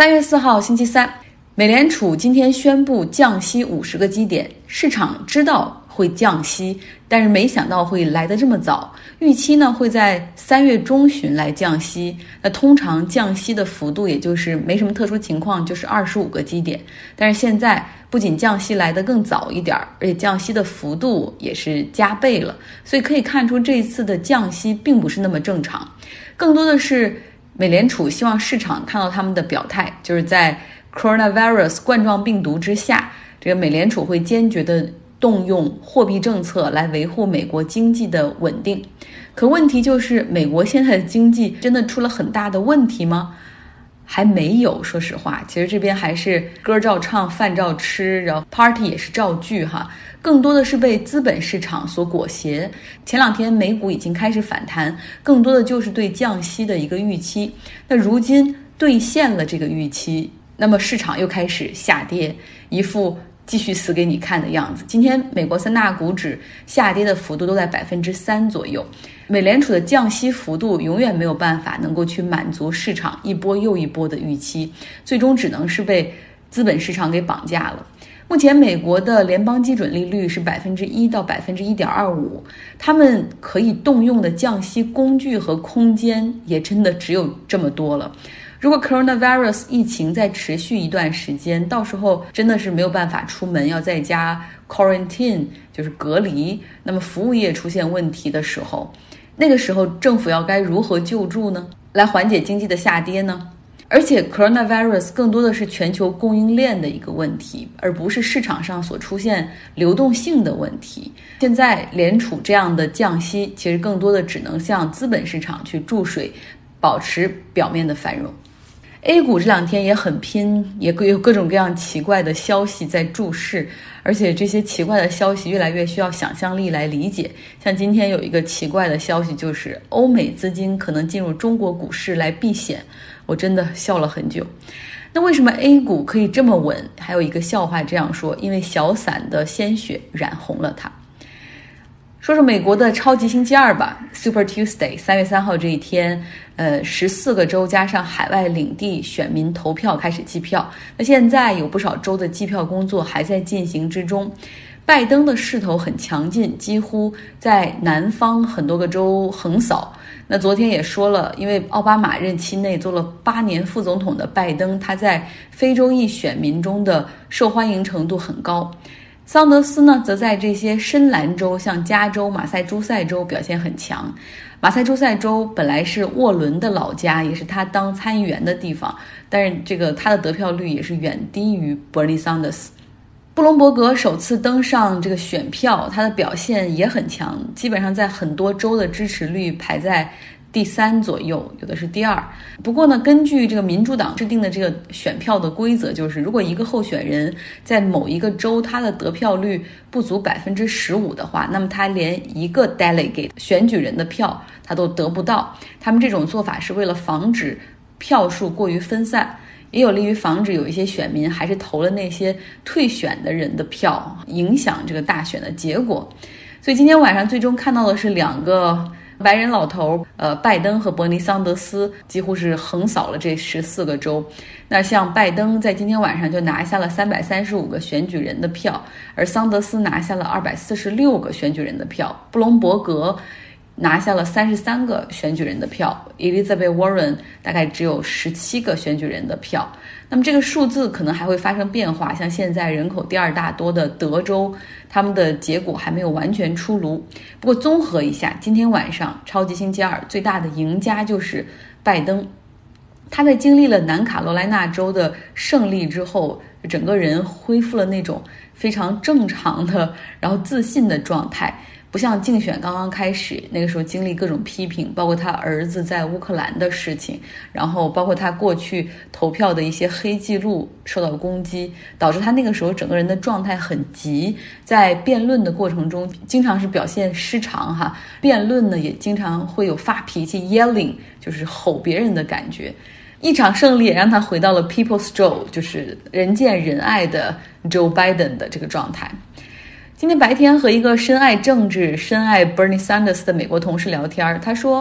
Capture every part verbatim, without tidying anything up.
三月四号星期三，美联储今天宣布降息五十个基点，市场知道会降息，但是没想到会来得这么早。预期呢会在三月中旬来降息，那通常降息的幅度也就是没什么特殊情况就是二十五个基点，但是现在不仅降息来得更早一点，而且降息的幅度也是加倍了，所以可以看出这一次的降息并不是那么正常，更多的是美联储希望市场看到他们的表态，就是在 coronavirus 冠状病毒之下，这个美联储会坚决的动用货币政策来维护美国经济的稳定。可问题就是美国现在的经济真的出了很大的问题吗？还没有，说实话，其实这边还是歌照唱饭照吃，然后 party 也是照聚哈，更多的是被资本市场所裹挟。前两天美股已经开始反弹，更多的就是对降息的一个预期，那如今兑现了这个预期，那么市场又开始下跌，一副继续死给你看的样子。今天美国三大股指下跌的幅度都在百分之三左右，美联储的降息幅度永远没有办法能够去满足市场一波又一波的预期，最终只能是被资本市场给绑架了。目前美国的联邦基准利率是百分之一到百分之一点二五，他们可以动用的降息工具和空间也真的只有这么多了。如果 coronavirus 疫情再持续一段时间，到时候真的是没有办法出门，要在家 quarantine 就是隔离，那么服务业出现问题的时候，那个时候政府要该如何救助呢？来缓解经济的下跌呢？而且 coronavirus 更多的是全球供应链的一个问题，而不是市场上所出现流动性的问题。现在联储这样的降息，其实更多的只能向资本市场去注水，保持表面的繁荣。A 股这两天也很拼，也有各种各样奇怪的消息在注视，而且这些奇怪的消息越来越需要想象力来理解。像今天有一个奇怪的消息，就是欧美资金可能进入中国股市来避险，我真的笑了很久。那为什么 A 股可以这么稳？还有一个笑话这样说，因为小散的鲜血染红了它。说说美国的超级星期二吧 Super Tuesday， 三月三号这一天，呃，十四个州加上海外领地选民投票开始计票。那现在有不少州的计票工作还在进行之中。拜登的势头很强劲，几乎在南方很多个州横扫。那昨天也说了，因为奥巴马任期内做了八年副总统的拜登，他在非洲裔选民中的受欢迎程度很高。桑德斯呢，则在这些深蓝州，像加州、马赛诸塞州表现很强。马赛诸塞州本来是沃伦的老家，也是他当参议员的地方，但是这个他的得票率也是远低于 Bernie Sanders。布隆伯格首次登上这个选票，他的表现也很强，基本上在很多州的支持率排在第三左右，有的是第二。不过呢，根据这个民主党制定的这个选票的规则，就是如果一个候选人在某一个州他的得票率不足百分之十五的话，那么他连一个 delegate 选举人的票他都得不到。他们这种做法是为了防止票数过于分散，也有利于防止有一些选民还是投了那些退选的人的票，影响这个大选的结果。所以今天晚上最终看到的是两个白人老头，呃，拜登和伯尼桑德斯几乎是横扫了这十四个州。那像拜登在今天晚上就拿下了三百三十五个选举人的票，而桑德斯拿下了二百四十六个选举人的票，布隆伯格拿下了三十三个选举人的票 Elizabeth Warren 大概只有十七个选举人的票。那么这个数字可能还会发生变化，像现在人口第二大多的德州，他们的结果还没有完全出炉。不过综合一下，今天晚上超级星期二最大的赢家就是拜登。他在经历了南卡罗来纳州的胜利之后，整个人恢复了那种非常正常的然后自信的状态，不像竞选刚刚开始那个时候经历各种批评，包括他儿子在乌克兰的事情，然后包括他过去投票的一些黑记录受到攻击，导致他那个时候整个人的状态很急，在辩论的过程中经常是表现失常哈，辩论呢也经常会有发脾气 yelling， 就是吼别人的感觉。一场胜利也让他回到了 People's Joe， 就是人见人爱的 Joe Biden 的这个状态。今天白天和一个深爱政治、深爱 Bernie Sanders 的美国同事聊天，他说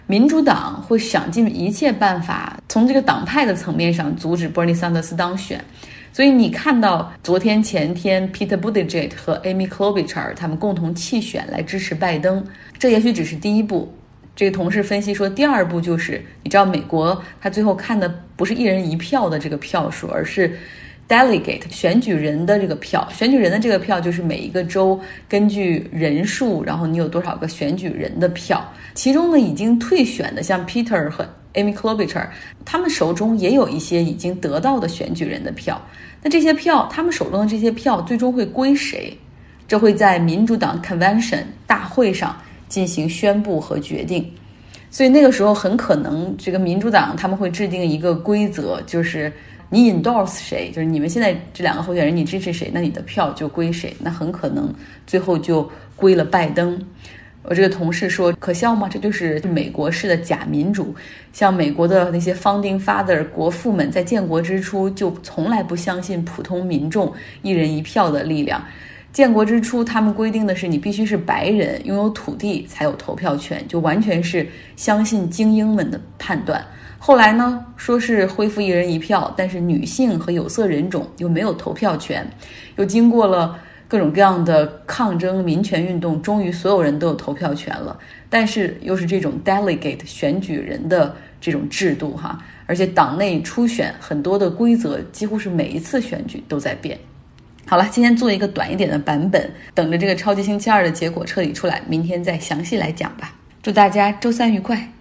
民主党会想尽一切办法从这个党派的层面上阻止 Bernie Sanders 当选。所以你看到昨天前天 Pete Buttigieg 和 Amy Klobuchar 他们共同弃选来支持拜登，这也许只是第一步。这个同事分析说，第二步就是你知道美国他最后看的不是一人一票的这个票数，而是 delegate 选举人的这个票。选举人的这个票就是每一个州根据人数，然后你有多少个选举人的票。其中呢已经退选的像 Peter 和 Amy Klobuchar 他们手中也有一些已经得到的选举人的票。那这些票他们手中的这些票最终会归谁？这会在民主党 Convention 大会上进行宣布和决定。所以那个时候很可能这个民主党他们会制定一个规则，就是你 endorse 谁，就是你们现在这两个候选人你支持谁，那你的票就归谁。那很可能最后就归了拜登。我这个同事说，可笑吗？这就是美国式的假民主。像美国的那些 founding father 国父们在建国之初就从来不相信普通民众一人一票的力量。建国之初他们规定的是你必须是白人拥有土地才有投票权，就完全是相信精英们的判断。后来呢说是恢复一人一票，但是女性和有色人种又没有投票权，又经过了各种各样的抗争民权运动，终于所有人都有投票权了。但是又是这种 delegate 选举人的这种制度哈，而且党内初选很多的规则几乎是每一次选举都在变。好了，今天做一个短一点的版本，等着这个超级星期二的结果彻底出来，明天再详细来讲吧。祝大家周三愉快。